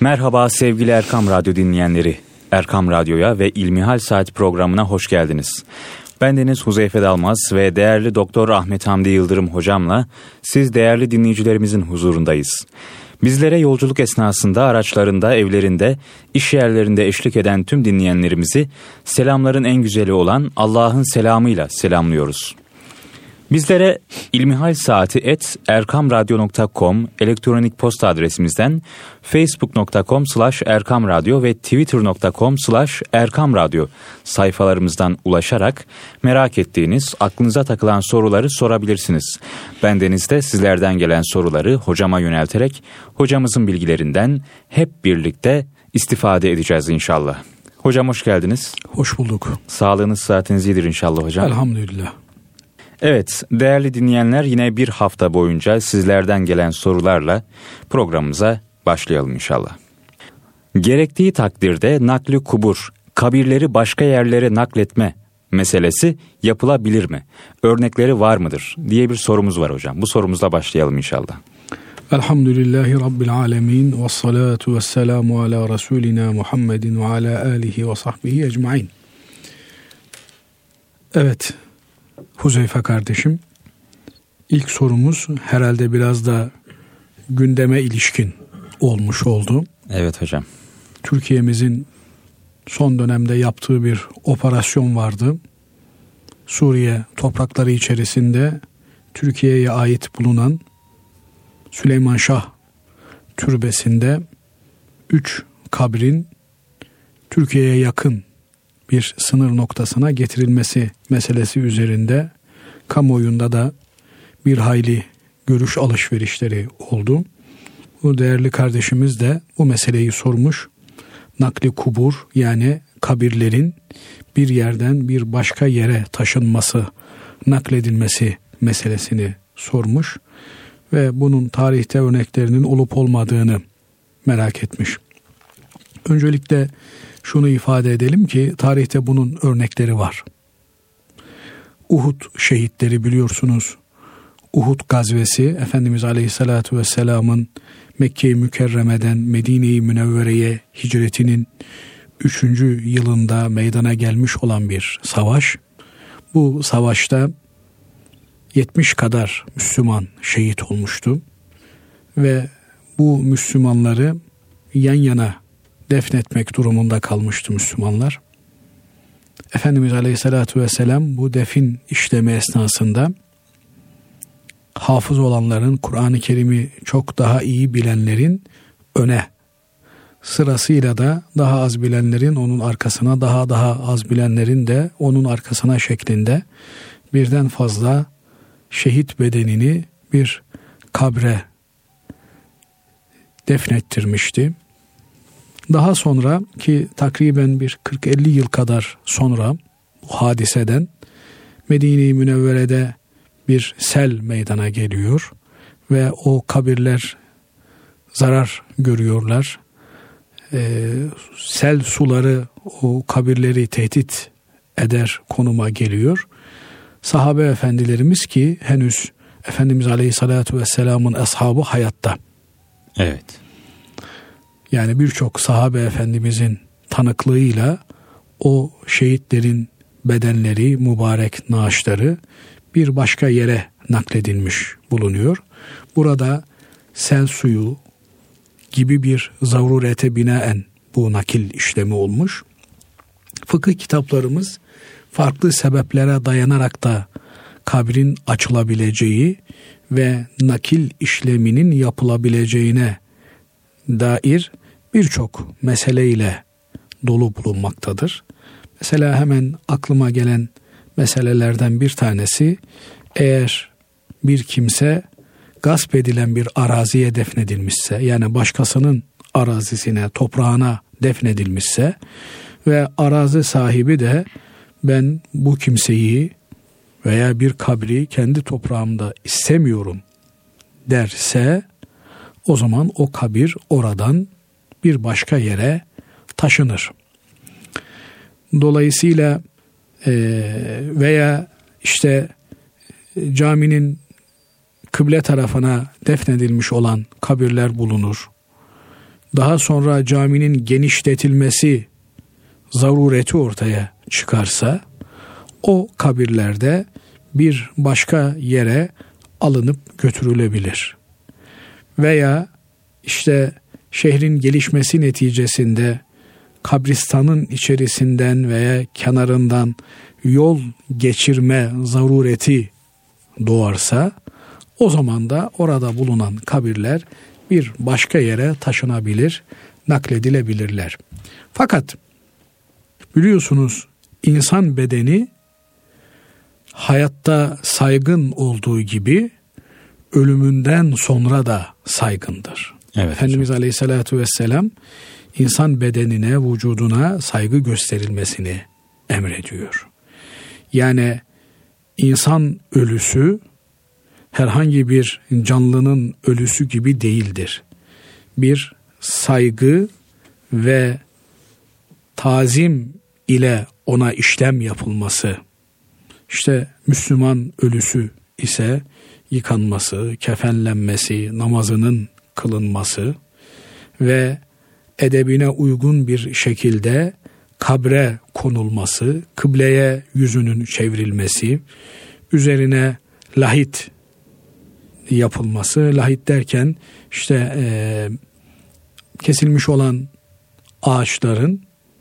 Merhaba sevgili Erkam Radyo dinleyenleri. Erkam Radyo'ya ve İlmihal Saat programına hoş geldiniz. Bendeniz Huzeyfe Dalmaz ve değerli Doktor Ahmet Hamdi Yıldırım hocamla siz değerli dinleyicilerimizin huzurundayız. Bizlere yolculuk esnasında, araçlarında, evlerinde, iş yerlerinde eşlik eden tüm dinleyenlerimizi selamların en güzeli olan Allah'ın selamıyla selamlıyoruz. Bizlere ilmihalsaati@erkamradyo.com elektronik posta adresimizden, facebook.com/erkamradyo ve twitter.com/erkamradyo sayfalarımızdan ulaşarak merak ettiğiniz, aklınıza takılan soruları sorabilirsiniz. Bendeniz de sizlerden gelen soruları hocama yönelterek hocamızın bilgilerinden hep birlikte istifade edeceğiz inşallah. Hocam hoş geldiniz. Hoş bulduk. Sağlığınız, sıhhatiniz iyidir inşallah hocam. Elhamdülillah. Evet, değerli dinleyenler, yine bir hafta boyunca sizlerden gelen sorularla programımıza başlayalım inşallah. Gerektiği takdirde nakli kubur, kabirleri başka yerlere nakletme meselesi yapılabilir mi? Örnekleri var mıdır? Diye bir sorumuz var hocam. Bu sorumuzla başlayalım inşallah. Elhamdülillahi Rabbil alemin ve salatu ve selamu ala Resulina Muhammedin ve ala alihi ve sahbihi ecmain. Evet, Huzeyfe kardeşim, ilk sorumuz herhalde biraz da gündeme ilişkin olmuş oldu. Evet hocam. Türkiye'mizin son dönemde yaptığı bir operasyon vardı. Suriye toprakları içerisinde Türkiye'ye ait bulunan Süleyman Şah türbesinde 3 kabrin Türkiye'ye yakın bir sınır noktasına getirilmesi meselesi üzerinde kamuoyunda da bir hayli görüş alışverişleri oldu. Bu değerli kardeşimiz de bu meseleyi sormuş. Nakli kubur, yani kabirlerin bir yerden bir başka yere taşınması, nakledilmesi meselesini sormuş ve bunun tarihte örneklerinin olup olmadığını merak etmiş. Öncelikle şunu ifade edelim ki tarihte bunun örnekleri var. Uhud şehitleri biliyorsunuz. Uhud gazvesi Efendimiz Aleyhisselatü Vesselam'ın Mekke-i Mükerreme'den Medine-i Münevvere'ye hicretinin 3. yılında meydana gelmiş olan bir savaş. Bu savaşta 70 kadar Müslüman şehit olmuştu ve bu Müslümanları yan yana defnetmek durumunda kalmıştı Müslümanlar. Efendimiz Aleyhisselatü Vesselam bu defin işlemi esnasında hafız olanların, Kur'an-ı Kerim'i çok daha iyi bilenlerin öne, sırasıyla da daha az bilenlerin onun arkasına, daha az bilenlerin de onun arkasına şeklinde birden fazla şehit bedenini bir kabre defnettirmişti. Daha sonra ki takriben bir 40-50 yıl kadar sonra bu hadiseden Medine-i Münevvere'de bir sel meydana geliyor ve o kabirler zarar görüyorlar. Sel suları o kabirleri tehdit eder konuma geliyor. Sahabe efendilerimiz ki henüz Efendimiz Aleyhisselatü Vesselam'ın ashabı hayatta. Evet. Yani birçok sahabe efendimizin tanıklığıyla o şehitlerin bedenleri, mübarek naaşları bir başka yere nakledilmiş bulunuyor. Burada sel suyu gibi bir zarurete binaen bu nakil işlemi olmuş. Fıkıh kitaplarımız farklı sebeplere dayanarak da kabrin açılabileceği ve nakil işleminin yapılabileceğine dair birçok meseleyle dolu bulunmaktadır. Mesela hemen aklıma gelen meselelerden bir tanesi, eğer bir kimse gasp edilen bir araziye defnedilmişse, yani başkasının arazisine, toprağına defnedilmişse ve arazi sahibi de ben bu kimseyi veya bir kabri kendi toprağımda istemiyorum derse, o zaman o kabir oradan bir başka yere taşınır. Dolayısıyla veya işte caminin kıble tarafına defnedilmiş olan kabirler bulunur. daha sonra caminin genişletilmesi zarureti ortaya çıkarsa, o kabirlerde bir başka yere alınıp götürülebilir. Veya işte şehrin gelişmesi neticesinde kabristanın içerisinden veya kenarından yol geçirme zarureti doğarsa, o zaman da orada bulunan kabirler bir başka yere taşınabilir, nakledilebilirler. Fakat biliyorsunuz insan bedeni hayatta saygın olduğu gibi ölümünden sonra da saygındır. Evet, Efendimiz Aleyhisselatü Vesselam insan bedenine, vücuduna saygı gösterilmesini emrediyor. Yani insan ölüsü herhangi bir canlının ölüsü gibi değildir. Bir saygı ve tazim ile ona işlem yapılması, işte Müslüman ölüsü ise yıkanması, kefenlenmesi, namazının kılınması ve edebine uygun bir şekilde kabre konulması, kıbleye yüzünün çevrilmesi, üzerine lahit yapılması, lahit derken işte kesilmiş olan ağaçların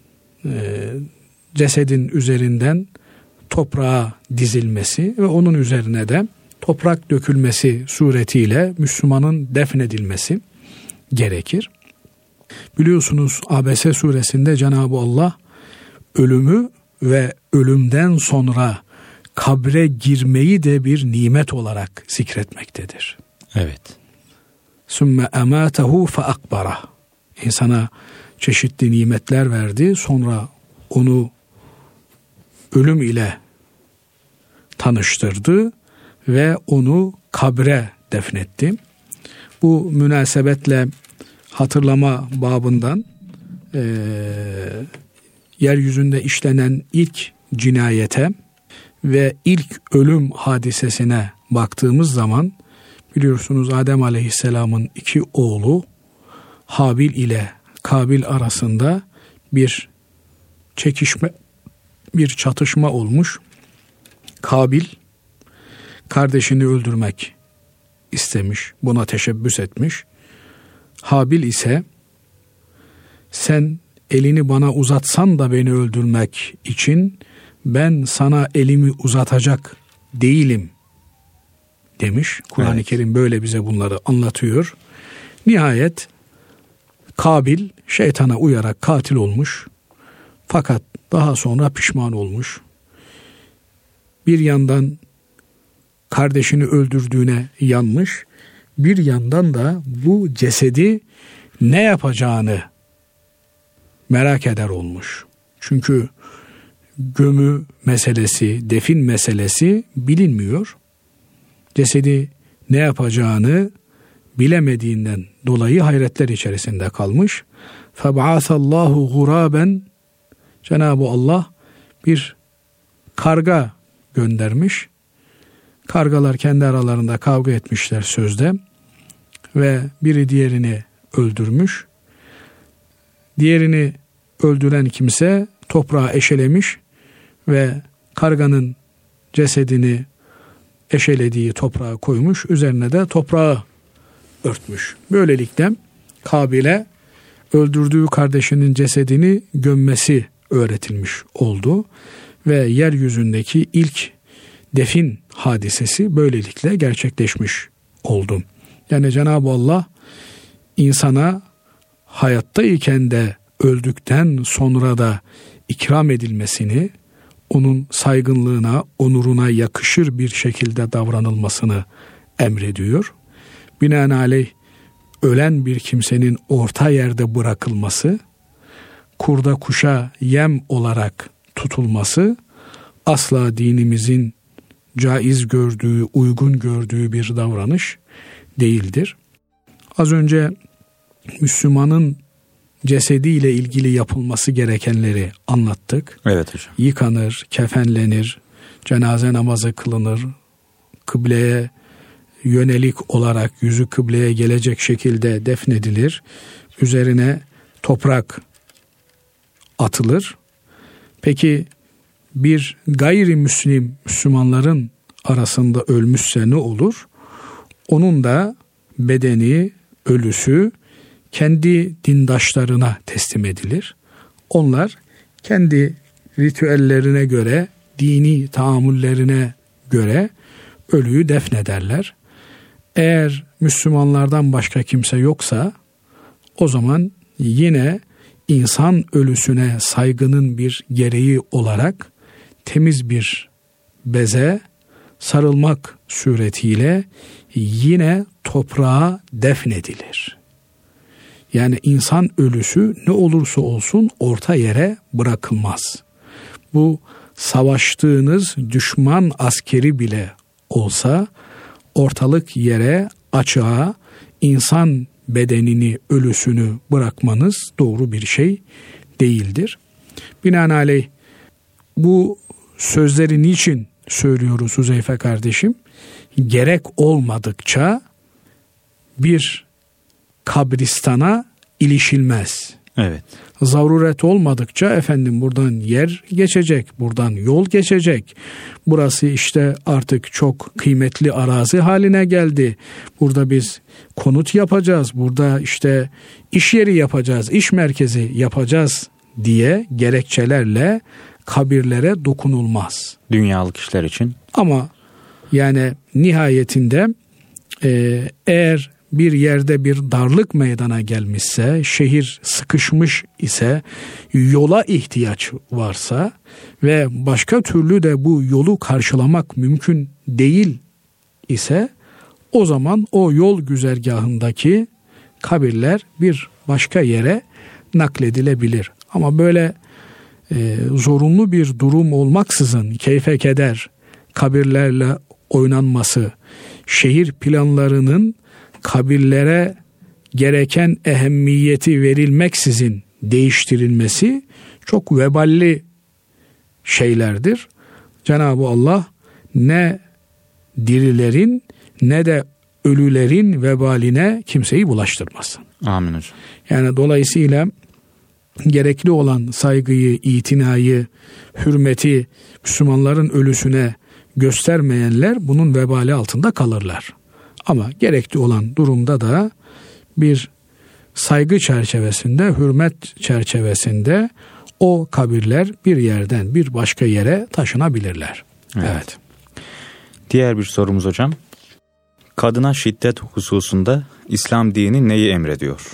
cesedin üzerinden toprağa dizilmesi ve onun üzerine de toprak dökülmesi suretiyle Müslümanın defnedilmesi gerekir. Biliyorsunuz Abese suresinde Cenab-ı Allah ölümü ve ölümden sonra kabre girmeyi de bir nimet olarak zikretmektedir. Evet. Sümme emâtehu fe akbara. İnsana çeşitli nimetler verdi, sonra onu ölüm ile tanıştırdı ve onu kabre defnetti. Bu münasebetle hatırlama babından yeryüzünde işlenen ilk cinayete ve ilk ölüm hadisesine baktığımız zaman biliyorsunuz Adem Aleyhisselam'ın iki oğlu Habil ile Kabil arasında bir çekişme, bir çatışma olmuş. Kabil kardeşini öldürmek istemiş, buna teşebbüs etmiş. Habil ise sen elini bana uzatsan da beni öldürmek için ben sana elimi uzatacak değilim demiş. Kur'an-ı Kerim böyle bize bunları anlatıyor. Nihayet Kabil şeytana uyarak katil olmuş. Fakat daha sonra pişman olmuş. Bir yandan kardeşini öldürdüğüne yanmış, bir yandan da bu cesedi ne yapacağını merak eder olmuş. Çünkü gömü meselesi, defin meselesi bilinmiyor. Cesedi ne yapacağını bilemediğinden dolayı hayretler içerisinde kalmış. فَبْعَثَ guraben, Cenab-ı Allah bir karga göndermiş. Kargalar kendi aralarında kavga etmişler sözde ve biri diğerini öldürmüş. Diğerini öldüren kimse toprağı eşelemiş ve karganın cesedini eşelediği toprağa koymuş, üzerine de toprağı örtmüş. Böylelikle Kabil'e öldürdüğü kardeşinin cesedini gömmesi öğretilmiş oldu ve yeryüzündeki ilk defin hadisesi böylelikle gerçekleşmiş oldu. Yani Cenab-ı Allah insana hayattayken de öldükten sonra da ikram edilmesini, onun saygınlığına, onuruna yakışır bir şekilde davranılmasını emrediyor. Binaenaleyh ölen bir kimsenin orta yerde bırakılması, kurda kuşa yem olarak tutulması asla dinimizin caiz gördüğü, uygun gördüğü bir davranış değildir. Az önce Müslümanın cesediyle ilgili yapılması gerekenleri anlattık. Evet hocam. Yıkanır, kefenlenir, cenaze namazı kılınır, kıbleye yönelik olarak yüzü kıbleye gelecek şekilde defnedilir. üzerine toprak atılır. Peki bir gayrimüslim Müslümanların arasında ölmüşse ne olur? Onun da bedeni, ölüsü kendi dindaşlarına teslim edilir. Onlar kendi ritüellerine göre, dini tahammüllerine göre ölüyü defnederler. Eğer Müslümanlardan başka kimse yoksa o zaman yine insan ölüsüne saygının bir gereği olarak temiz bir beze sarılmak suretiyle yine toprağa defnedilir. Yani insan ölüsü ne olursa olsun orta yere bırakılmaz. Bu savaştığınız düşman askeri bile olsa ortalık yere, açığa insan bedenini, ölüsünü bırakmanız doğru bir şey değildir. Binaenaleyh bu sözleri niçin söylüyoruz Huzeyfe kardeşim? Gerek olmadıkça bir kabristana ilişilmez. Evet. Zaruret olmadıkça efendim buradan yer geçecek, buradan yol geçecek. Burası işte artık çok kıymetli arazi haline geldi. Burada biz konut yapacağız, burada işte iş yeri yapacağız, iş merkezi yapacağız diye gerekçelerle kabirlere dokunulmaz. Dünyalık işler için. Ama yani nihayetinde eğer bir yerde bir darlık meydana gelmişse, şehir sıkışmış ise, yola ihtiyaç varsa ve başka türlü de bu yolu karşılamak mümkün değil ise o zaman o yol güzergahındaki kabirler bir başka yere nakledilebilir. Ama böyle zorunlu bir durum olmaksızın keyfe keder kabirlerle oynanması, şehir planlarının kabirlere gereken ehemmiyeti verilmeksizin değiştirilmesi çok veballi şeylerdir. Cenab-ı Allah ne dirilerin ne de ölülerin vebaline kimseyi bulaştırmasın. Amin hocam. Yani dolayısıyla gerekli olan saygıyı, itinayı, hürmeti Müslümanların ölüsüne göstermeyenler bunun vebali altında kalırlar. Ama gerekli olan durumda da bir saygı çerçevesinde, hürmet çerçevesinde o kabirler bir yerden bir başka yere taşınabilirler. Evet. Diğer bir sorumuz hocam. Kadına şiddet hususunda İslam dini neyi emrediyor?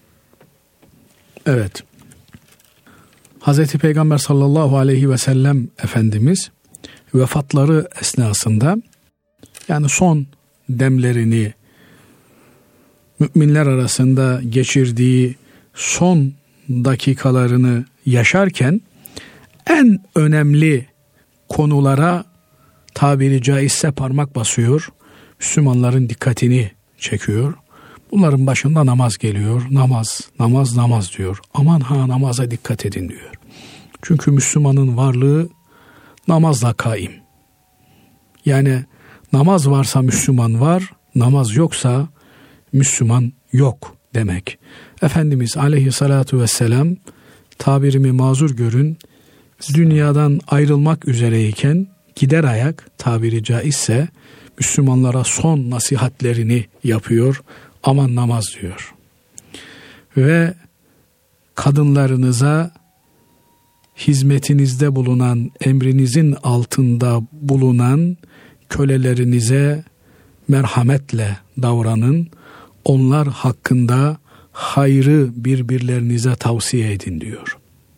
Evet. Hazreti Peygamber sallallahu aleyhi ve sellem Efendimiz vefatları esnasında, yani son demlerini, müminler arasında geçirdiği son dakikalarını yaşarken en önemli konulara tabiri caizse parmak basıyor, Müslümanların dikkatini çekiyor. Bunların başında namaz geliyor. Namaz diyor. Aman ha, namaza dikkat edin diyor. Çünkü Müslümanın varlığı namazla kaim. Yani namaz varsa Müslüman var, namaz yoksa Müslüman yok demek. Efendimiz aleyhissalatu vesselam, tabirimi mazur görün, dünyadan ayrılmak üzereyken gider ayak, tabiri caizse Müslümanlara son nasihatlerini yapıyor. Aman namaz diyor. Ve kadınlarınıza hizmetinizde bulunan, emrinizin altında bulunan kölelerinize merhametle davranın. Onlar hakkında hayrı birbirlerinize tavsiye edin diyor.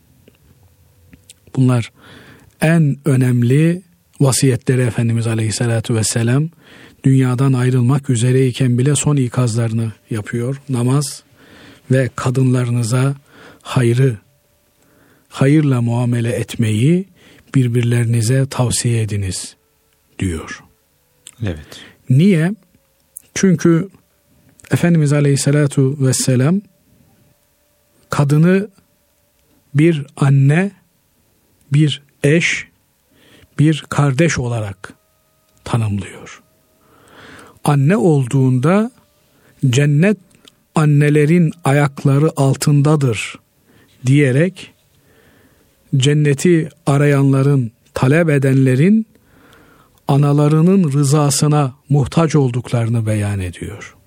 Bunlar en önemli vasiyetleri Efendimiz Aleyhisselatü Vesselam dünyadan ayrılmak üzereyken bile son ikazlarını yapıyor. Namaz ve kadınlarınıza hayırla muamele etmeyi birbirlerinize tavsiye ediniz diyor. Evet. Niye? Çünkü Efendimiz Aleyhisselatü Vesselam kadını bir anne, bir eş, bir kardeş olarak tanımlıyor. Anne olduğunda cennet annelerin ayakları altındadır diyerek cenneti arayanların, talep edenlerin analarının rızasına muhtaç olduklarını beyan ediyor.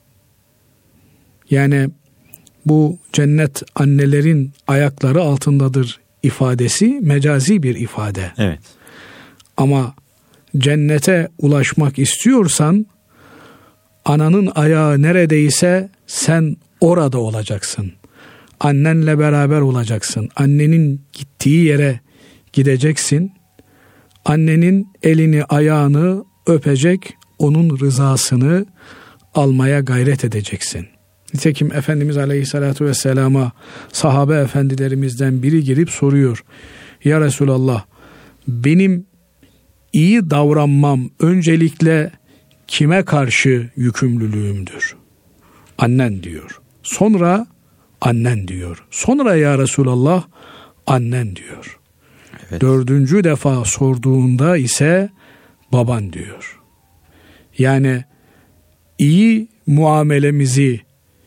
Yani bu cennet annelerin ayakları altındadır ifadesi mecazi bir ifade. Evet. Ama cennete ulaşmak istiyorsan ananın ayağı neredeyse sen orada olacaksın. Annenle beraber olacaksın. Annenin gittiği yere gideceksin. Annenin elini ayağını öpecek, onun rızasını almaya gayret edeceksin. Nitekim Efendimiz Aleyhisselatü Vesselam'a sahabe efendilerimizden biri girip soruyor. Ya Resulallah, benim iyi davranmam öncelikle kime karşı yükümlülüğümdür? Annen diyor. Sonra annen diyor. Sonra ya Resulallah annen diyor. Evet. 4. defa sorduğunda ise baban diyor. Yani iyi muamelemizi,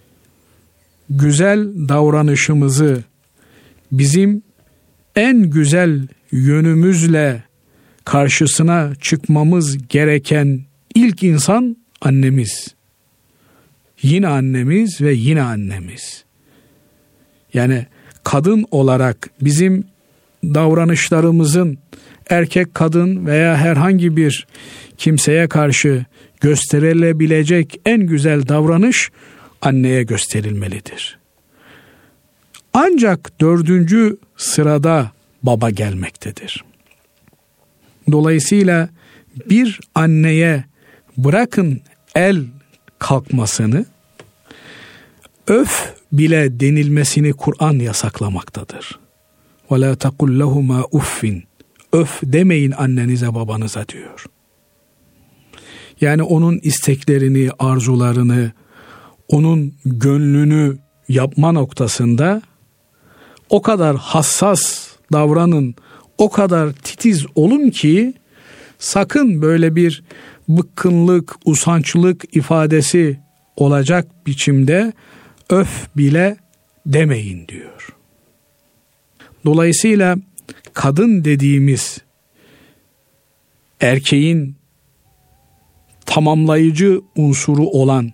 güzel davranışımızı bizim en güzel yönümüzle karşısına çıkmamız gereken ilk insan annemiz. Yine annemiz ve yine annemiz. Yani kadın olarak bizim davranışlarımızın erkek, kadın veya herhangi bir kimseye karşı gösterilebilecek en güzel davranış anneye gösterilmelidir. Ancak 4. sırada baba gelmektedir. Dolayısıyla bir anneye bırakın el kalkmasını, öf bile denilmesini Kur'an yasaklamaktadır. وَلَا تَقُلْ لَهُمَا uffin. Öf demeyin annenize babanıza diyor. Yani onun isteklerini, arzularını, onun gönlünü yapma noktasında o kadar hassas davranın, o kadar titiz olun ki sakın böyle bir bıkkınlık, usançlık ifadesi olacak biçimde öf bile demeyin diyor. Dolayısıyla kadın dediğimiz erkeğin tamamlayıcı unsuru olan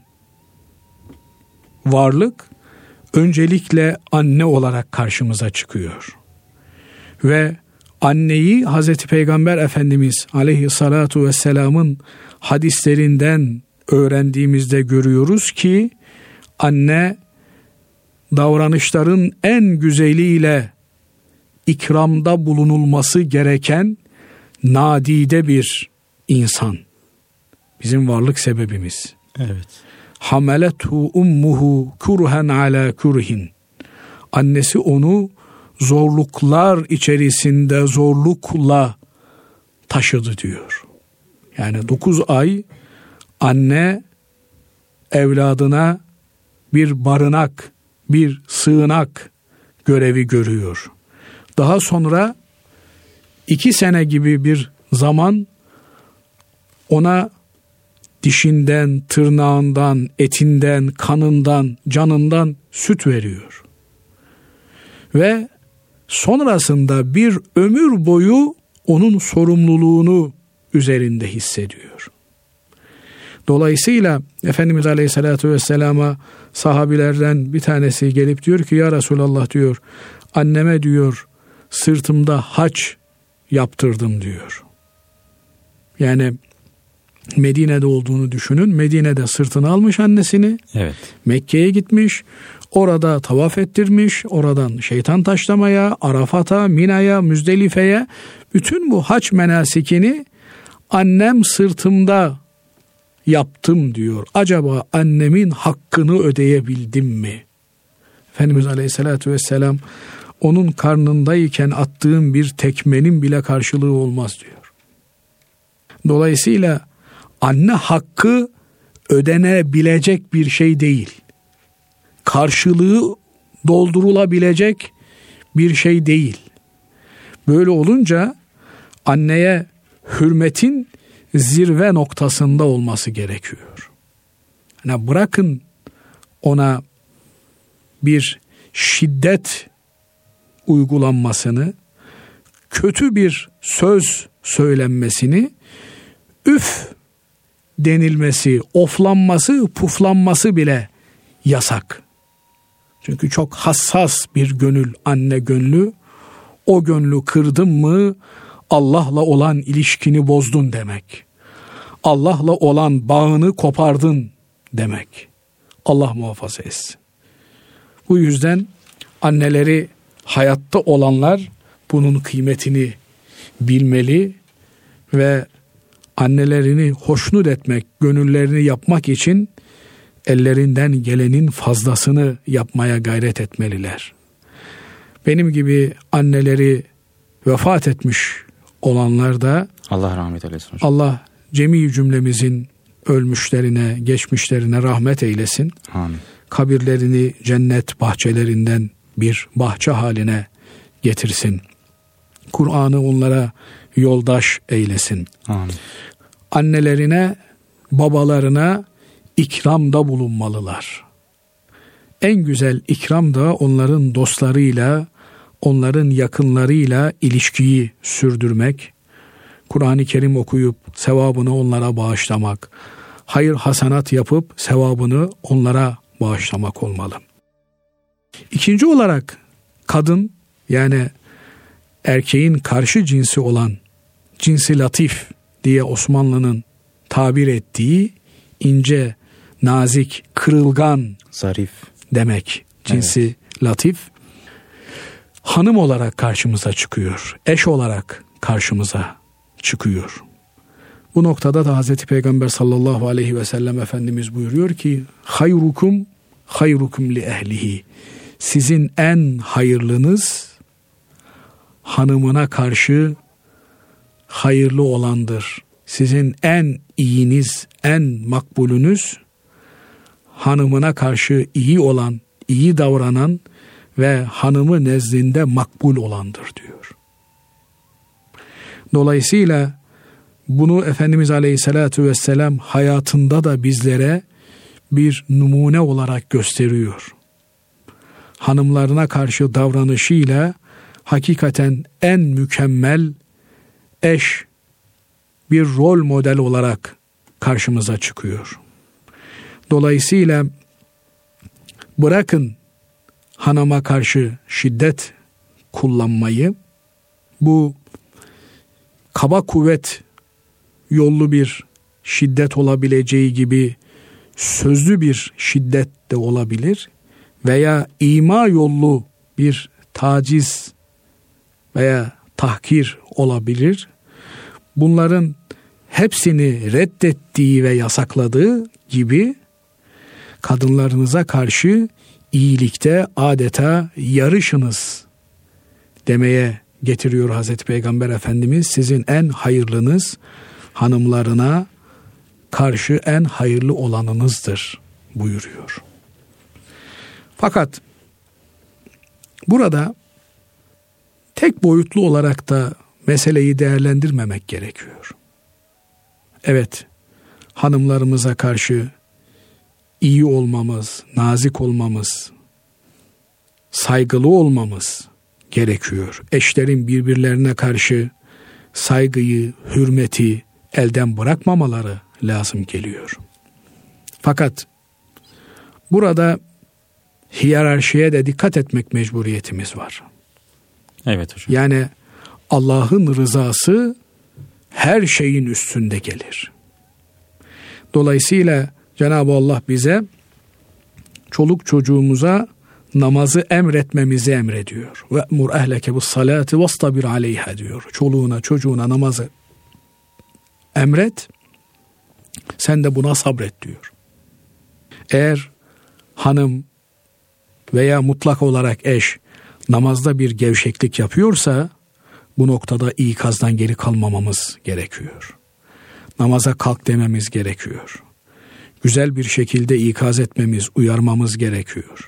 varlık öncelikle anne olarak karşımıza çıkıyor. Ve anneyi Hazreti Peygamber Efendimiz Aleyhissalatu Vesselam'ın hadislerinden öğrendiğimizde görüyoruz ki anne davranışların en güzeliyle ikramda bulunulması gereken nadide bir insan. Bizim varlık sebebimiz. Evet. Hamelethu ummuhu kurhen ala kurhin. Annesi onu zorluklar içerisinde zorlukla taşıdı diyor. Yani 9 ay anne evladına bir barınak, bir sığınak görevi görüyor. Daha sonra 2 sene gibi bir zaman ona dişinden, tırnağından, etinden, kanından, canından süt veriyor. Ve sonrasında bir ömür boyu onun sorumluluğunu üzerinde hissediyor. Dolayısıyla Efendimiz Aleyhisselatü Vesselam'a sahabilerden bir tanesi gelip diyor ki ya Resulallah diyor, anneme diyor sırtımda haç yaptırdım diyor. Yani Medine'de olduğunu düşünün. Medine'de sırtını almış annesini. Evet. Mekke'ye gitmiş. Orada tavaf ettirmiş. Oradan şeytan taşlamaya, Arafat'a, Mina'ya, Müzdelife'ye bütün bu hac menasikini annem sırtımda yaptım diyor. Acaba annemin hakkını ödeyebildim mi? Efendimiz Aleyhisselatü Vesselam onun karnındayken attığım bir tekmenin bile karşılığı olmaz diyor. Dolayısıyla anne hakkı ödenebilecek bir şey değil. Karşılığı doldurulabilecek bir şey değil. Böyle olunca anneye hürmetin zirve noktasında olması gerekiyor. Yani bırakın ona bir şiddet uygulanmasını, kötü bir söz söylenmesini, üf denilmesi, oflanması, puflanması bile yasak. Çünkü çok hassas bir gönül, anne gönlü. O gönlü kırdın mı Allah'la olan ilişkini bozdun demek. Allah'la olan bağını kopardın demek. Allah muhafaza etsin. Bu yüzden anneleri hayatta olanlar bunun kıymetini bilmeli ve annelerini hoşnut etmek, gönüllerini yapmak için ellerinden gelenin fazlasını yapmaya gayret etmeliler. Benim gibi anneleri vefat etmiş olanlar da Allah rahmet eylesin hocam. Allah cemi cümlemizin ölmüşlerine, geçmişlerine rahmet eylesin. Amin. Kabirlerini cennet bahçelerinden bir bahçe haline getirsin. Kur'an'ı onlara yoldaş eylesin. Amin. Annelerine, babalarına ikramda bulunmalılar. En güzel ikram da onların dostlarıyla, onların yakınlarıyla ilişkiyi sürdürmek, Kur'an-ı Kerim okuyup sevabını onlara bağışlamak, hayır hasanat yapıp sevabını onlara bağışlamak olmalı. İkinci olarak kadın, yani erkeğin karşı cinsi olan cinsi latif diye Osmanlı'nın tabir ettiği ince, nazik, kırılgan, zarif demek cinsi latif, hanım olarak karşımıza çıkıyor, eş olarak karşımıza çıkıyor. Bu noktada da Hazreti Peygamber sallallahu aleyhi ve sellem Efendimiz buyuruyor ki hayrukum hayrukum li ehlihi, sizin en hayırlınız hanımına karşı hayırlı olandır. Sizin en iyiniz, en makbulünüz hanımına karşı iyi olan, iyi davranan ve hanımı nezdinde makbul olandır diyor. Dolayısıyla bunu Efendimiz Aleyhisselatü Vesselam hayatında da bizlere bir numune olarak gösteriyor. Hanımlarına karşı davranışıyla hakikaten en mükemmel eş, bir rol model olarak karşımıza çıkıyor. Dolayısıyla bırakın hanıma karşı şiddet kullanmayı, bu kaba kuvvet yollu bir şiddet olabileceği gibi sözlü bir şiddet de olabilir veya ima yollu bir taciz veya tahkir olabilir. Bunların hepsini reddettiği ve yasakladığı gibi kadınlarınıza karşı iyilikte adeta yarışınız demeye getiriyor Hazreti Peygamber Efendimiz. Sizin en hayırlınız hanımlarına karşı en hayırlı olanınızdır buyuruyor. Fakat burada tek boyutlu olarak da meseleyi değerlendirmemek gerekiyor. Evet, hanımlarımıza karşı iyi olmamız, nazik olmamız, saygılı olmamız gerekiyor. Eşlerin birbirlerine karşı saygıyı, hürmeti elden bırakmamaları lazım geliyor. Fakat burada hiyerarşiye de dikkat etmek mecburiyetimiz var. Evet hocam. Yani Allah'ın rızası her şeyin üstünde gelir. Dolayısıyla Cenab-ı Allah bize çoluk çocuğumuza namazı emretmemizi emrediyor. Ve'mur ehleke bis salati vastabir aleyha diyor. Çoluğuna çocuğuna namazı emret, sen de buna sabret diyor. Eğer hanım veya mutlak olarak eş namazda bir gevşeklik yapıyorsa bu noktada ikazdan geri kalmamamız gerekiyor. Namaza kalk dememiz gerekiyor. Güzel bir şekilde ikaz etmemiz, uyarmamız gerekiyor.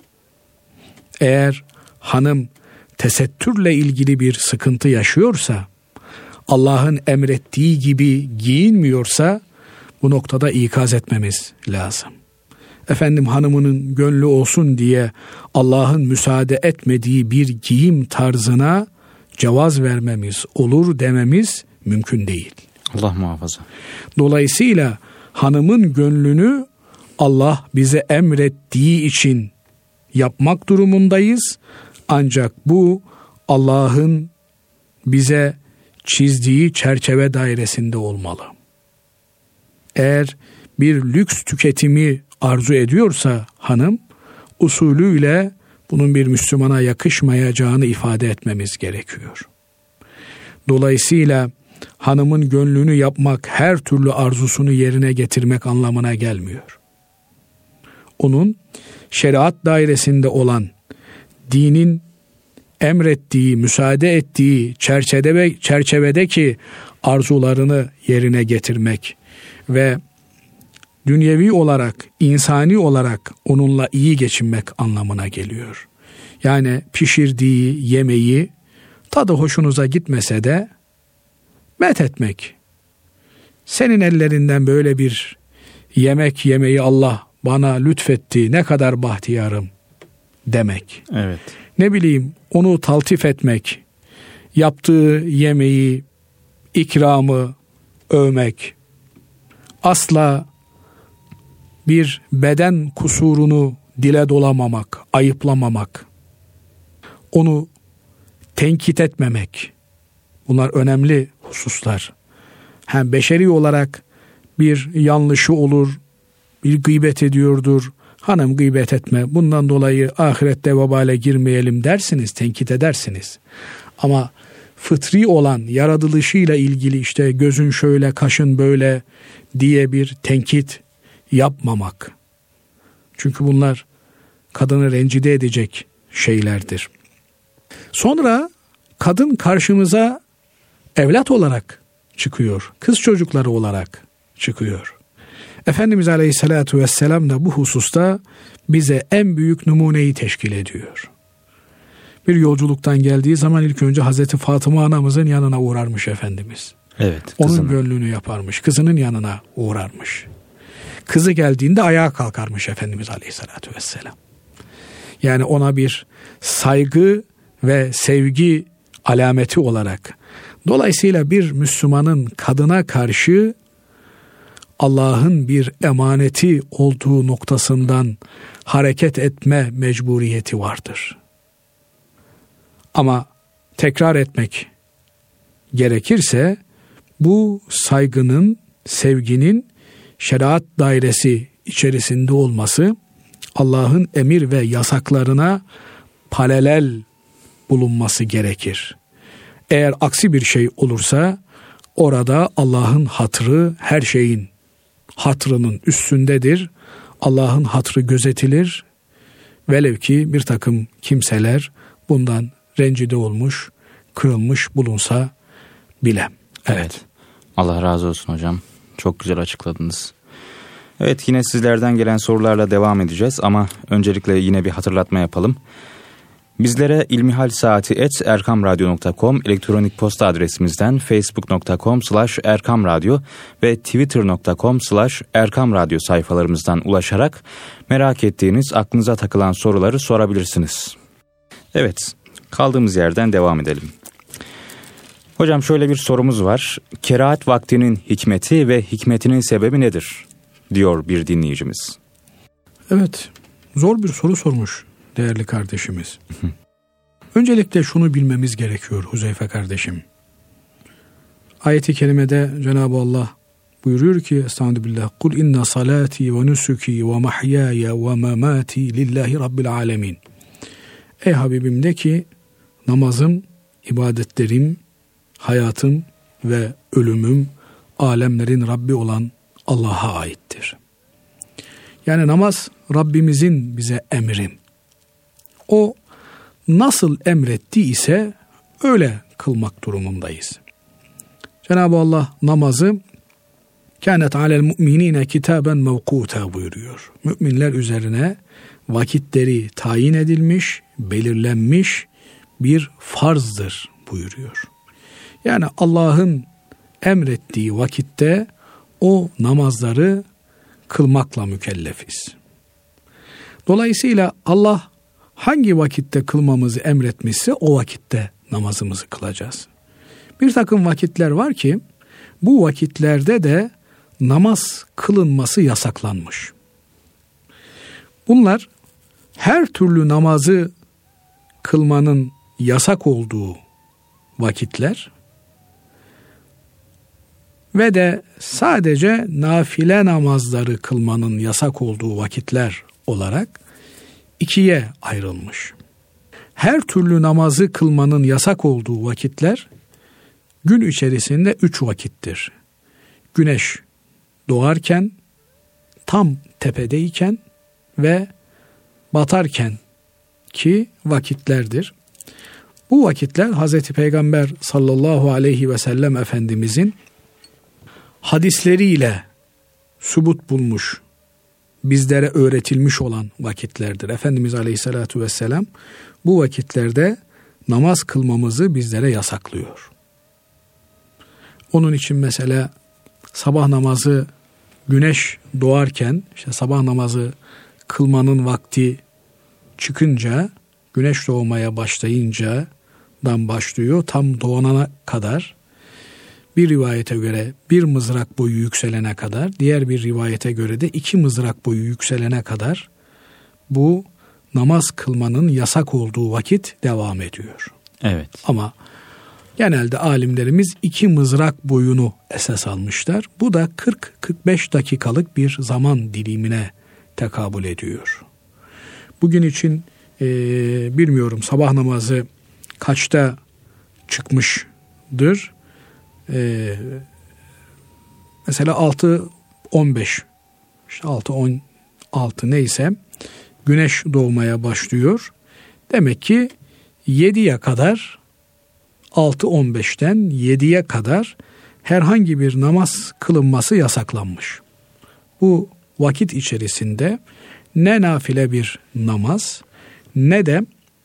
Eğer hanım tesettürle ilgili bir sıkıntı yaşıyorsa, Allah'ın emrettiği gibi giyinmiyorsa bu noktada ikaz etmemiz lazım. hanımının gönlü olsun diye Allah'ın müsaade etmediği bir giyim tarzına cevaz vermemiz, olur dememiz mümkün değil. Allah muhafaza. Dolayısıyla hanımın gönlünü Allah bize emrettiği için yapmak durumundayız. Ancak bu Allah'ın bize çizdiği çerçeve dairesinde olmalı. Eğer bir lüks tüketimi arzu ediyorsa hanım, usulüyle bunun bir Müslümana yakışmayacağını ifade etmemiz gerekiyor. Dolayısıyla hanımın gönlünü yapmak her türlü arzusunu yerine getirmek anlamına gelmiyor. Onun şeriat dairesinde olan, dinin emrettiği, müsaade ettiği çerçevedeki arzularını yerine getirmek ve dünyevi olarak, insani olarak onunla iyi geçinmek anlamına geliyor. Yani pişirdiği yemeği tadı hoşunuza gitmese de methetmek. Senin ellerinden böyle bir yemek yemeyi Allah bana lütfetti, ne kadar bahtiyarım demek. Evet. Ne bileyim, onu taltif etmek, yaptığı yemeği, ikramı övmek, asla bir beden kusurunu dile dolamamak, ayıplamamak, onu tenkit etmemek. Bunlar önemli hususlar. Hem beşeri olarak bir yanlışı olur, bir gıybet ediyordur. Hanım gıybet etme, bundan dolayı ahirette vebale girmeyelim dersiniz, tenkit edersiniz. Ama fıtri olan yaratılışıyla ilgili işte gözün şöyle, kaşın böyle diye bir tenkit yapmamak. Çünkü bunlar kadını rencide edecek şeylerdir. Sonra kadın karşımıza evlat olarak çıkıyor, kız çocukları olarak çıkıyor. Efendimiz Aleyhisselatü Vesselam da bu hususta bize en büyük numuneyi teşkil ediyor. Bir yolculuktan geldiği zaman ilk önce Hazreti Fatıma anamızın yanına uğrarmış Efendimiz. Evet. Onun gönlünü yaparmış, kızının yanına uğrarmış. Kızı geldiğinde ayağa kalkarmış Efendimiz Aleyhisselatü Vesselam. Yani ona bir saygı ve sevgi alameti olarak. Dolayısıyla bir Müslümanın kadına karşı Allah'ın bir emaneti olduğu noktasından hareket etme mecburiyeti vardır. Ama tekrar etmek gerekirse bu saygının, sevginin şeriat dairesi içerisinde olması, Allah'ın emir ve yasaklarına paralel bulunması gerekir. Eğer aksi bir şey olursa orada Allah'ın hatırı her şeyin hatrının üstündedir. Allah'ın hatrı gözetilir. Velev ki bir takım kimseler bundan rencide olmuş, kırılmış bulunsa bile. Evet. Allah razı olsun hocam. Çok güzel açıkladınız. Evet, yine sizlerden gelen sorularla devam edeceğiz ama öncelikle yine bir hatırlatma yapalım. Bizlere ilmihalsaati@erkamradyo.com elektronik posta adresimizden facebook.com/erkamradyo ve twitter.com/erkamradyo sayfalarımızdan ulaşarak merak ettiğiniz, aklınıza takılan soruları sorabilirsiniz. Evet, kaldığımız yerden devam edelim. Hocam şöyle bir sorumuz var. Kerahat vaktinin hikmeti ve hikmetinin sebebi nedir? Diyor bir dinleyicimiz. Evet, zor bir soru sormuş değerli kardeşimiz. Öncelikle şunu bilmemiz gerekiyor Huzeyfe kardeşim. Ayet-i kerimede Cenab-ı Allah buyuruyor ki Estağfirullah. Kul inna salati ve nusuki ve mahyaya ve mamati lillahi rabbil alemin. Ey Habibim de ki namazım, ibadetlerim, hayatım ve ölümüm alemlerin Rabbi olan Allah'a aittir. Yani namaz Rabbimizin bize emri. O nasıl emrettiyse öyle kılmak durumundayız. Cenab-ı Allah namazı kânet alel mu'minîne kitâben mevkûtâ buyuruyor. Müminler üzerine vakitleri tayin edilmiş, belirlenmiş bir farzdır buyuruyor. Yani Allah'ın emrettiği vakitte o namazları kılmakla mükellefiz. Dolayısıyla Allah hangi vakitte kılmamızı emretmişse o vakitte namazımızı kılacağız. Bir takım vakitler var ki bu vakitlerde de namaz kılınması yasaklanmış. Bunlar her türlü namazı kılmanın yasak olduğu vakitler ve de sadece nafile namazları kılmanın yasak olduğu vakitler olarak ikiye ayrılmış. Her türlü namazı kılmanın yasak olduğu vakitler gün içerisinde 3 vakittir. Güneş doğarken, tam tepedeyken ve batarken ki vakitlerdir. Bu vakitler Hazreti Peygamber sallallahu aleyhi ve sellem Efendimizin hadisleriyle subut bulmuş, bizlere öğretilmiş olan vakitlerdir. Efendimiz aleyhissalatu vesselam bu vakitlerde namaz kılmamızı bizlere yasaklıyor. Onun için mesela sabah namazı güneş doğarken, işte sabah namazı kılmanın vakti çıkınca, güneş doğmaya başlayıncadan başlıyor, tam doğana kadar, bir rivayete göre 1 mızrak boyu yükselene kadar, diğer bir rivayete göre de 2 mızrak boyu yükselene kadar bu namaz kılmanın yasak olduğu vakit devam ediyor. Evet. Ama genelde alimlerimiz 2 mızrak boyunu esas almışlar. Bu da 40-45 dakikalık bir zaman dilimine tekabül ediyor. Bugün için bilmiyorum sabah namazı kaçta çıkmıştır? Mesela 6:15, işte 6:16 neyse güneş doğmaya başlıyor. Demek ki 7'ye kadar, 6:15'ten 7'ye kadar herhangi bir namaz kılınması yasaklanmış. Bu vakit içerisinde ne nafile bir namaz ne de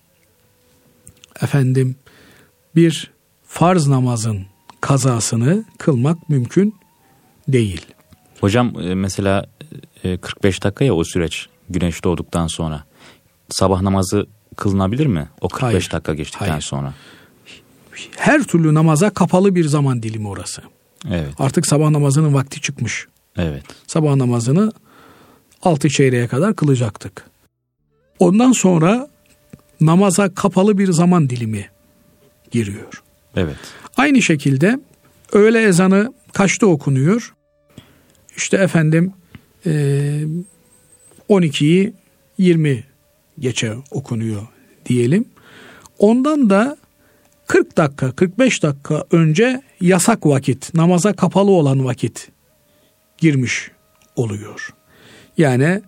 bir farz namazın kazasını kılmak mümkün değil. Hocam mesela 45 dakika ya o süreç güneş doğduktan sonra. Sabah namazı kılınabilir mi? O 45 Hayır, dakika geçtikten hayır. sonra. Her türlü namaza kapalı bir zaman dilimi orası. Evet. Artık sabah namazının vakti çıkmış. Evet. Sabah namazını 6 çeyreğe kadar kılacaktık. Ondan sonra namaza kapalı bir zaman dilimi giriyor. Evet. Aynı şekilde öğle ezanı kaçta okunuyor? İşte 12'yi 20 geçe okunuyor diyelim. Ondan da 40 dakika, 45 dakika önce yasak vakit, namaza kapalı olan vakit girmiş oluyor. Yani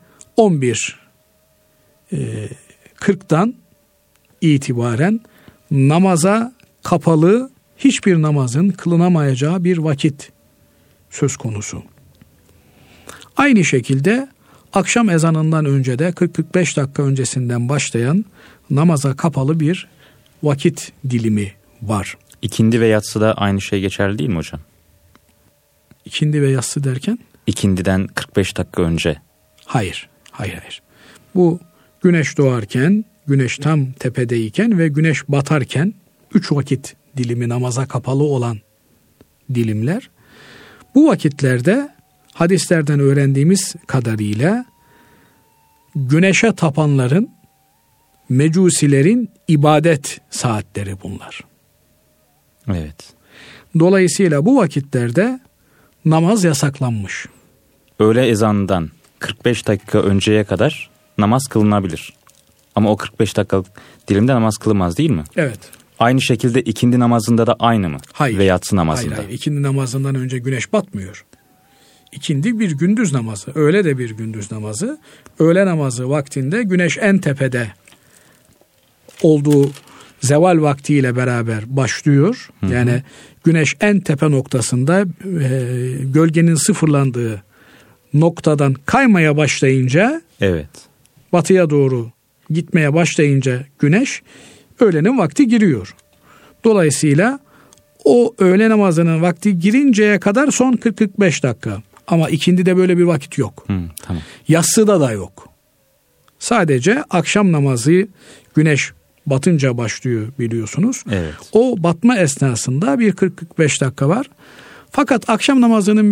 11:40'dan itibaren namaza kapalı hiçbir namazın kılınamayacağı bir vakit söz konusu. Aynı şekilde akşam ezanından önce de 40-45 dakika öncesinden başlayan namaza kapalı bir vakit dilimi var. İkindi ve yatsıda aynı şey geçerli değil mi hocam? İkindi ve yatsı derken? İkindiden 45 dakika önce. Hayır. Bu güneş doğarken, güneş tam tepedeyken ve güneş batarken 3 vakit dilimi namaza kapalı olan dilimler. Bu vakitlerde hadislerden öğrendiğimiz kadarıyla güneşe tapanların, mecusilerin ibadet saatleri bunlar. Evet. Dolayısıyla bu vakitlerde namaz yasaklanmış. Öğle ezanından 45 dakika önceye kadar namaz kılınabilir. Ama o 45 dakikalık dilimde namaz kılınmaz değil mi? Evet. Aynı şekilde ikindi namazında da aynı mı? Hayır. Ve yatsı namazında? Hayır. İkindi namazından önce güneş batmıyor. İkindi bir gündüz namazı. Öğle de bir gündüz namazı. Öğle namazı vaktinde güneş en tepede olduğu zeval vaktiyle beraber başlıyor. Hı hı. Yani güneş en tepe noktasında gölgenin sıfırlandığı noktadan kaymaya başlayınca, evet, batıya doğru gitmeye başlayınca güneş, öğlenin vakti giriyor. Dolayısıyla o öğle namazının vakti girinceye kadar son 40-45 dakika. Ama ikindide böyle bir vakit yok. Tamam. Yatsıda da yok. Sadece akşam namazı güneş batınca başlıyor biliyorsunuz. Evet. O batma esnasında bir 40-45 dakika var. Fakat akşam namazının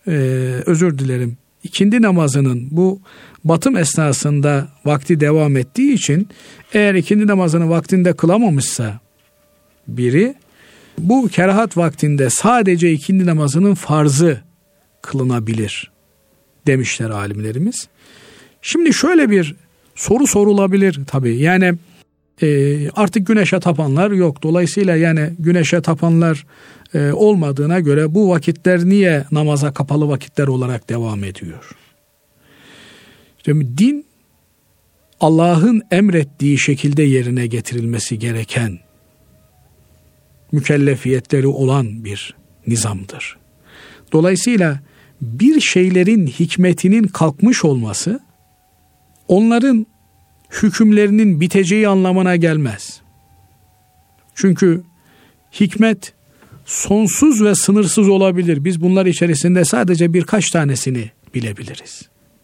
ikindi namazının bu batım esnasında vakti devam ettiği için eğer ikindi namazını vaktinde kılamamışsa biri, bu kerahat vaktinde sadece ikindi namazının farzı kılınabilir demişler alimlerimiz. Şimdi şöyle bir soru sorulabilir tabii. Yani artık güneşe tapanlar yok. Dolayısıyla yani güneşe tapanlar olmadığına göre bu vakitler niye namaza kapalı vakitler olarak devam ediyor? İşte din Allah'ın emrettiği şekilde yerine getirilmesi gereken mükellefiyetleri olan bir nizamdır. Dolayısıyla bir şeylerin hikmetinin kalkmış olması onların hükümlerinin biteceği anlamına gelmez. Çünkü hikmet sonsuz ve sınırsız olabilir. Biz bunlar içerisinde sadece birkaç tanesini bilebiliriz.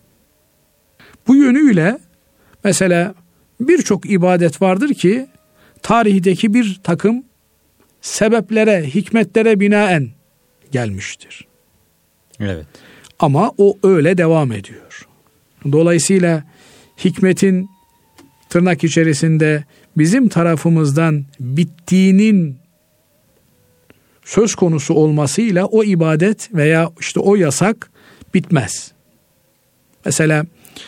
Bu yönüyle mesela birçok ibadet vardır ki tarihteki bir takım sebeplere, hikmetlere binaen gelmiştir. Evet. Ama o öyle devam ediyor. Dolayısıyla hikmetin tırnak içerisinde bizim tarafımızdan bittiğinin söz konusu olmasıyla o ibadet veya işte o yasak bitmez. Mesela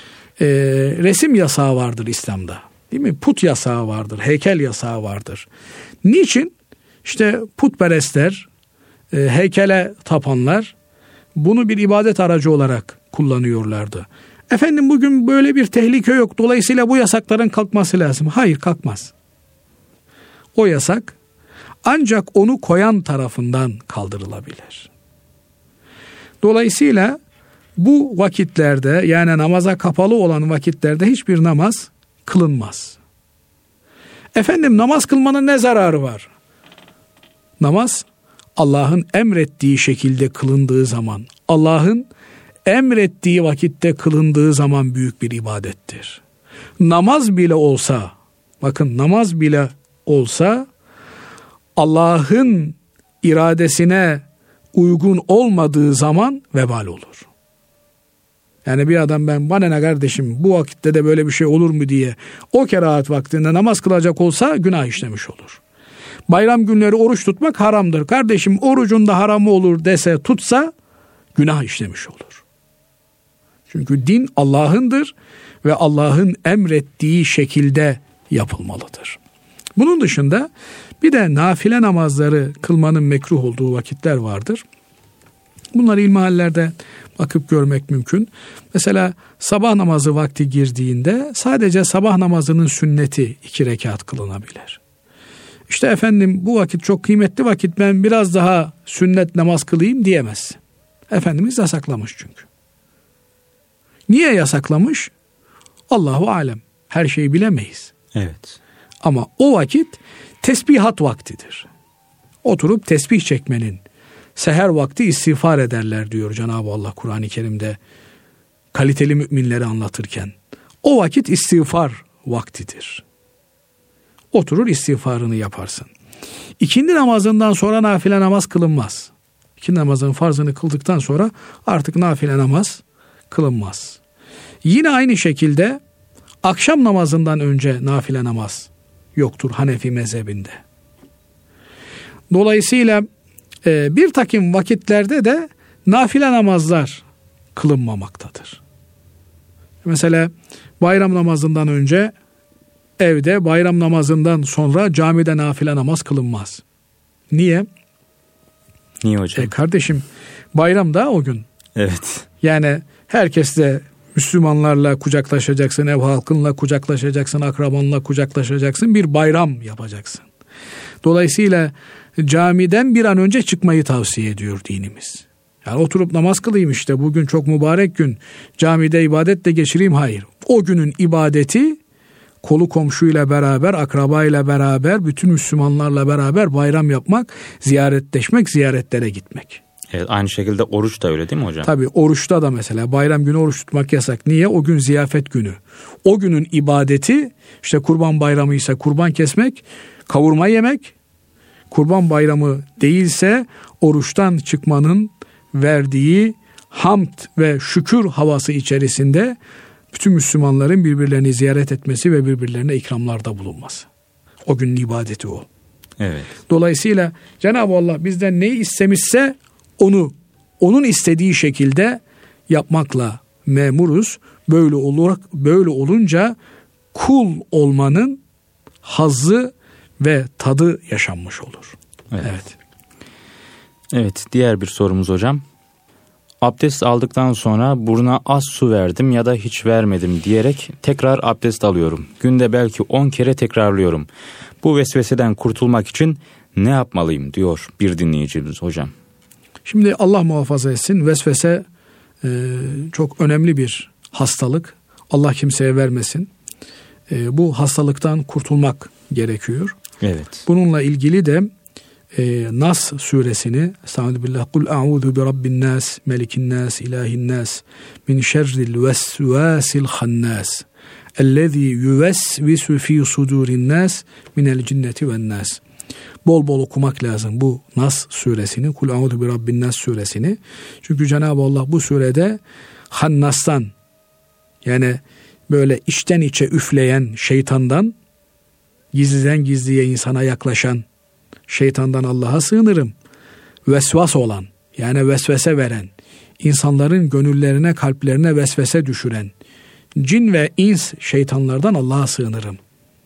resim yasağı vardır İslam'da. Değil mi? Put yasağı vardır, heykel yasağı vardır. Niçin? İşte putperestler, heykele tapanlar bunu bir ibadet aracı olarak kullanıyorlardı. Efendim bugün böyle bir tehlike yok. Dolayısıyla bu yasakların kalkması lazım. Hayır, kalkmaz. O yasak ancak onu koyan tarafından kaldırılabilir. Dolayısıyla bu vakitlerde, yani namaza kapalı olan vakitlerde hiçbir namaz kılınmaz. Efendim namaz kılmanın ne zararı var? Namaz Allah'ın emrettiği şekilde kılındığı zaman, Allah'ın emrettiği vakitte kılındığı zaman büyük bir ibadettir. Namaz bile olsa, bakın namaz bile olsa Allah'ın iradesine uygun olmadığı zaman vebal olur. Yani bir adam bana ne kardeşim bu vakitte de böyle bir şey olur mu diye o kerahat vaktinde namaz kılacak olsa günah işlemiş olur. Bayram günleri oruç tutmak haramdır. Kardeşim orucun da haramı olur dese tutsa günah işlemiş olur. Çünkü din Allah'ındır ve Allah'ın emrettiği şekilde yapılmalıdır. Bunun dışında bir de nafile namazları kılmanın mekruh olduğu vakitler vardır. Bunları ilmihallerde bakıp görmek mümkün. Mesela sabah namazı vakti girdiğinde sadece sabah namazının sünneti 2 rekat kılınabilir. İşte efendim bu vakit çok kıymetli vakit, ben biraz daha sünnet namaz kılayım diyemezsin. Efendimiz yasaklamış çünkü. Niye yasaklamış? Allahu alem. Her şeyi bilemeyiz. Evet. Ama o vakit tesbihat vaktidir. Oturup tesbih çekmenin, seher vakti istiğfar ederler diyor Cenab-ı Allah Kur'an-ı Kerim'de kaliteli müminleri anlatırken. O vakit istiğfar vaktidir. Oturur istiğfarını yaparsın. İkindi namazından sonra nafile namaz kılınmaz. İkindi namazının farzını kıldıktan sonra artık nafile namaz kılınmaz. Yine aynı şekilde akşam namazından önce nafile namaz yoktur Hanefi mezhebinde. Dolayısıyla bir takım vakitlerde de nafile namazlar kılınmamaktadır. Mesela bayram namazından önce evde, bayram namazından sonra camide nafile namaz kılınmaz. Niye? Niye hocam? Kardeşim bayramda o gün. Evet. Yani herkesle Müslümanlarla kucaklaşacaksın, ev halkınla kucaklaşacaksın, akrabanla kucaklaşacaksın, bir bayram yapacaksın. Dolayısıyla camiden bir an önce çıkmayı tavsiye ediyor dinimiz. Yani oturup namaz kılayım işte bugün çok mübarek gün, camide ibadetle geçireyim, hayır. O günün ibadeti kolu komşuyla beraber, akrabayla beraber, bütün Müslümanlarla beraber bayram yapmak, ziyaretleşmek, ziyaretlere gitmek. Evet, aynı şekilde oruç da öyle değil mi hocam? Tabii oruçta da mesela bayram günü oruç tutmak yasak. Niye? O gün ziyafet günü. O günün ibadeti işte kurban bayramı ise kurban kesmek, kavurma yemek. Kurban bayramı değilse oruçtan çıkmanın verdiği hamd ve şükür havası içerisinde bütün Müslümanların birbirlerini ziyaret etmesi ve birbirlerine ikramlarda bulunması. O günün ibadeti o. Evet. Dolayısıyla Cenab-ı Allah bizden neyi istemişse onu onun istediği şekilde yapmakla memuruz. Böyle olunca kul olmanın hazzı ve tadı yaşanmış olur. Evet. Evet, diğer bir sorumuz hocam. Abdest aldıktan sonra burnuna az su verdim ya da hiç vermedim diyerek tekrar abdest alıyorum. Günde belki 10 kere tekrarlıyorum. Bu vesveseden kurtulmak için ne yapmalıyım diyor bir dinleyicimiz hocam. Şimdi Allah muhafaza etsin, vesvese çok önemli bir hastalık. Allah kimseye vermesin. Bu hastalıktan kurtulmak gerekiyor. Evet. Bununla ilgili de Nas suresini Estağfirullah kul a'udhu bi rabbin nas melikin nas ilahin nas min şerril vesvasil hannas ellezî yuvesvisu fî sudurin nas minel cinneti ven nas. Bol bol okumak lazım bu Nas suresini, kul a'udhu bi rabbin nas suresini. Çünkü Cenab-ı Allah bu surede Hannas'tan, yani böyle içten içe üfleyen şeytandan, gizliden gizliye insana yaklaşan şeytandan Allah'a sığınırım. Vesvas olan, yani vesvese veren, insanların gönüllerine, kalplerine vesvese düşüren cin ve ins şeytanlardan Allah'a sığınırım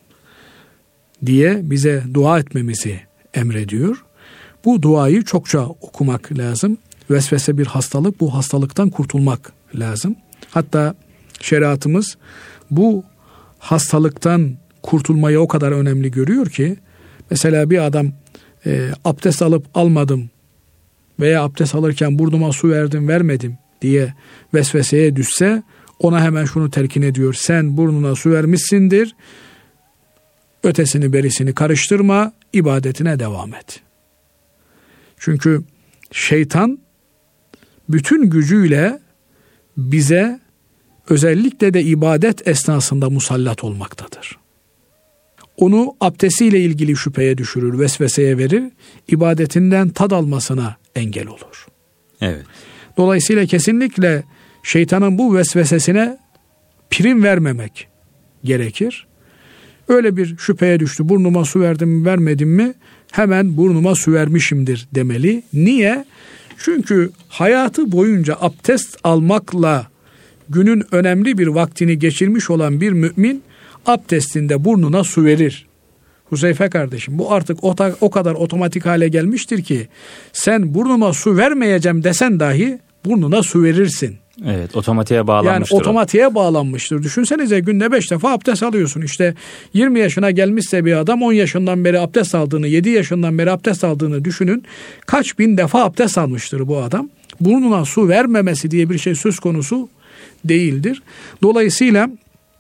diye bize dua etmemizi emrediyor. Bu duayı çokça okumak lazım. Vesvese bir hastalık, bu hastalıktan kurtulmak lazım. Hatta şeriatımız bu hastalıktan kurtulmayı o kadar önemli görüyor ki, mesela bir adam abdest alıp almadım veya abdest alırken burnuma su verdim vermedim diye vesveseye düşse, ona hemen şunu telkin ediyor: sen burnuna su vermişsindir, ötesini berisini karıştırma, ibadetine devam et. Çünkü şeytan bütün gücüyle bize özellikle de ibadet esnasında musallat olmaktadır. Onu abdestiyle ilgili şüpheye düşürür, vesveseye verir, ibadetinden tad almasına engel olur. Evet. Dolayısıyla kesinlikle şeytanın bu vesvesesine prim vermemek gerekir. Öyle bir şüpheye düştü, burnuma su verdim mi vermedim mi, hemen burnuma su vermişimdir demeli. Niye? Çünkü hayatı boyunca abdest almakla günün önemli bir vaktini geçirmiş olan bir mümin abdestinde burnuna su verir. Huzeyfe kardeşim, bu artık o kadar otomatik hale gelmiştir ki sen burnuma su vermeyeceğim desen dahi burnuna su verirsin. Evet, otomatiğe bağlanmıştır. Yani otomatiğe bağlanmıştır. Düşünsenize, günde 5 defa abdest alıyorsun. İşte 20 yaşına gelmişse bir adam 10 yaşından beri abdest aldığını, 7 yaşından beri abdest aldığını düşünün. Kaç bin defa abdest almıştır bu adam. Burnuna su vermemesi diye bir şey söz konusu değildir. Dolayısıyla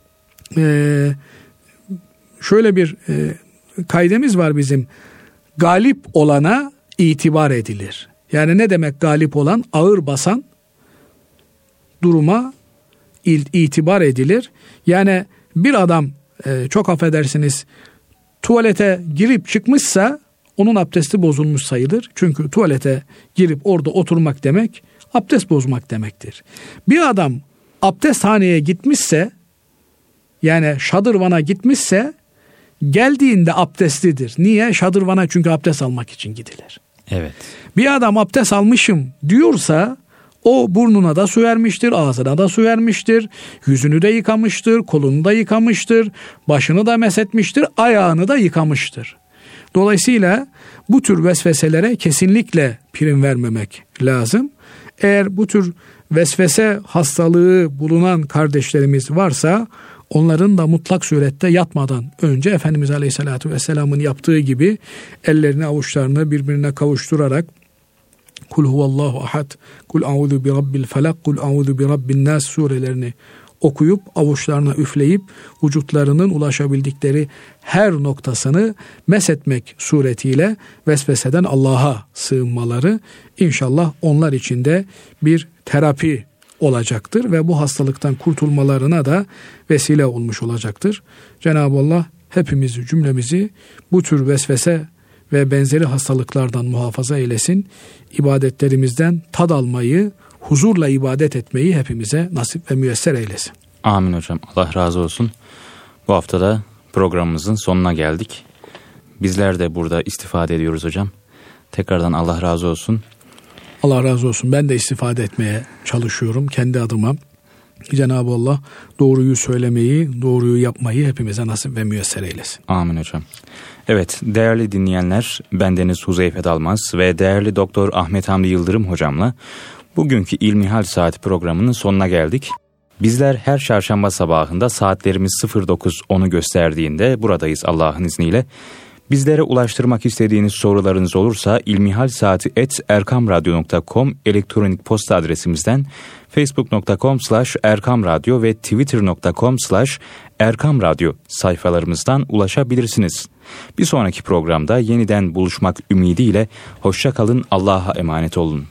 şöyle bir kaidemiz var bizim: galip olana itibar edilir. Yani ne demek galip olan? Ağır basan duruma itibar edilir. Yani bir adam çok affedersiniz tuvalete girip çıkmışsa onun abdesti bozulmuş sayılır. Çünkü tuvalete girip orada oturmak demek abdest bozmak demektir. Bir adam abdesthaneye gitmişse, yani şadırvana gitmişse, geldiğinde abdestlidir. Niye? Şadırvana çünkü abdest almak için gidilir. Evet. Bir adam abdest almışım diyorsa o burnuna da su vermiştir, ağzına da su vermiştir, yüzünü de yıkamıştır, kolunu da yıkamıştır, başını da meshetmiştir, ayağını da yıkamıştır. Dolayısıyla bu tür vesveselere kesinlikle prim vermemek lazım. Eğer bu tür vesvese hastalığı bulunan kardeşlerimiz varsa, onların da mutlak surette yatmadan önce Efendimiz Aleyhisselatü Vesselam'ın yaptığı gibi ellerini avuçlarını birbirine kavuşturarak Kul huvallahu ahad, kul a'udhu bi rabbil felak, kul a'udhu bi rabbin nas surelerini okuyup avuçlarına üfleyip vücutlarının ulaşabildikleri her noktasını meshetmek suretiyle vesveseden Allah'a sığınmaları inşallah onlar için de bir terapi olacaktır ve bu hastalıktan kurtulmalarına da vesile olmuş olacaktır. Cenab-ı Allah hepimizi, cümlemizi bu tür vesvese ve benzeri hastalıklardan muhafaza eylesin. İbadetlerimizden tad almayı, huzurla ibadet etmeyi hepimize nasip ve müyesser eylesin. Amin hocam. Allah razı olsun. Bu haftada programımızın sonuna geldik. Bizler de burada istifade ediyoruz hocam. Tekrardan Allah razı olsun. Allah razı olsun. Ben de istifade etmeye çalışıyorum kendi adıma. Cenab-ı Allah doğruyu söylemeyi, doğruyu yapmayı hepimize nasip ve müyesser eylesin. Amin hocam. Evet, değerli dinleyenler, bendeniz Huzeyfe Dalmaz ve değerli Doktor Ahmet Hamdi Yıldırım hocamla bugünkü İlmihal Saat programının sonuna geldik. Bizler her çarşamba sabahında saatlerimiz 09.10'u gösterdiğinde buradayız Allah'ın izniyle. Bizlere ulaştırmak istediğiniz sorularınız olursa ilmihalsaati@erkamradyo.com elektronik posta adresimizden, facebook.com/erkamradyo ve twitter.com/erkamradyo sayfalarımızdan ulaşabilirsiniz. Bir sonraki programda yeniden buluşmak ümidiyle hoşça kalın, Allah'a emanet olun.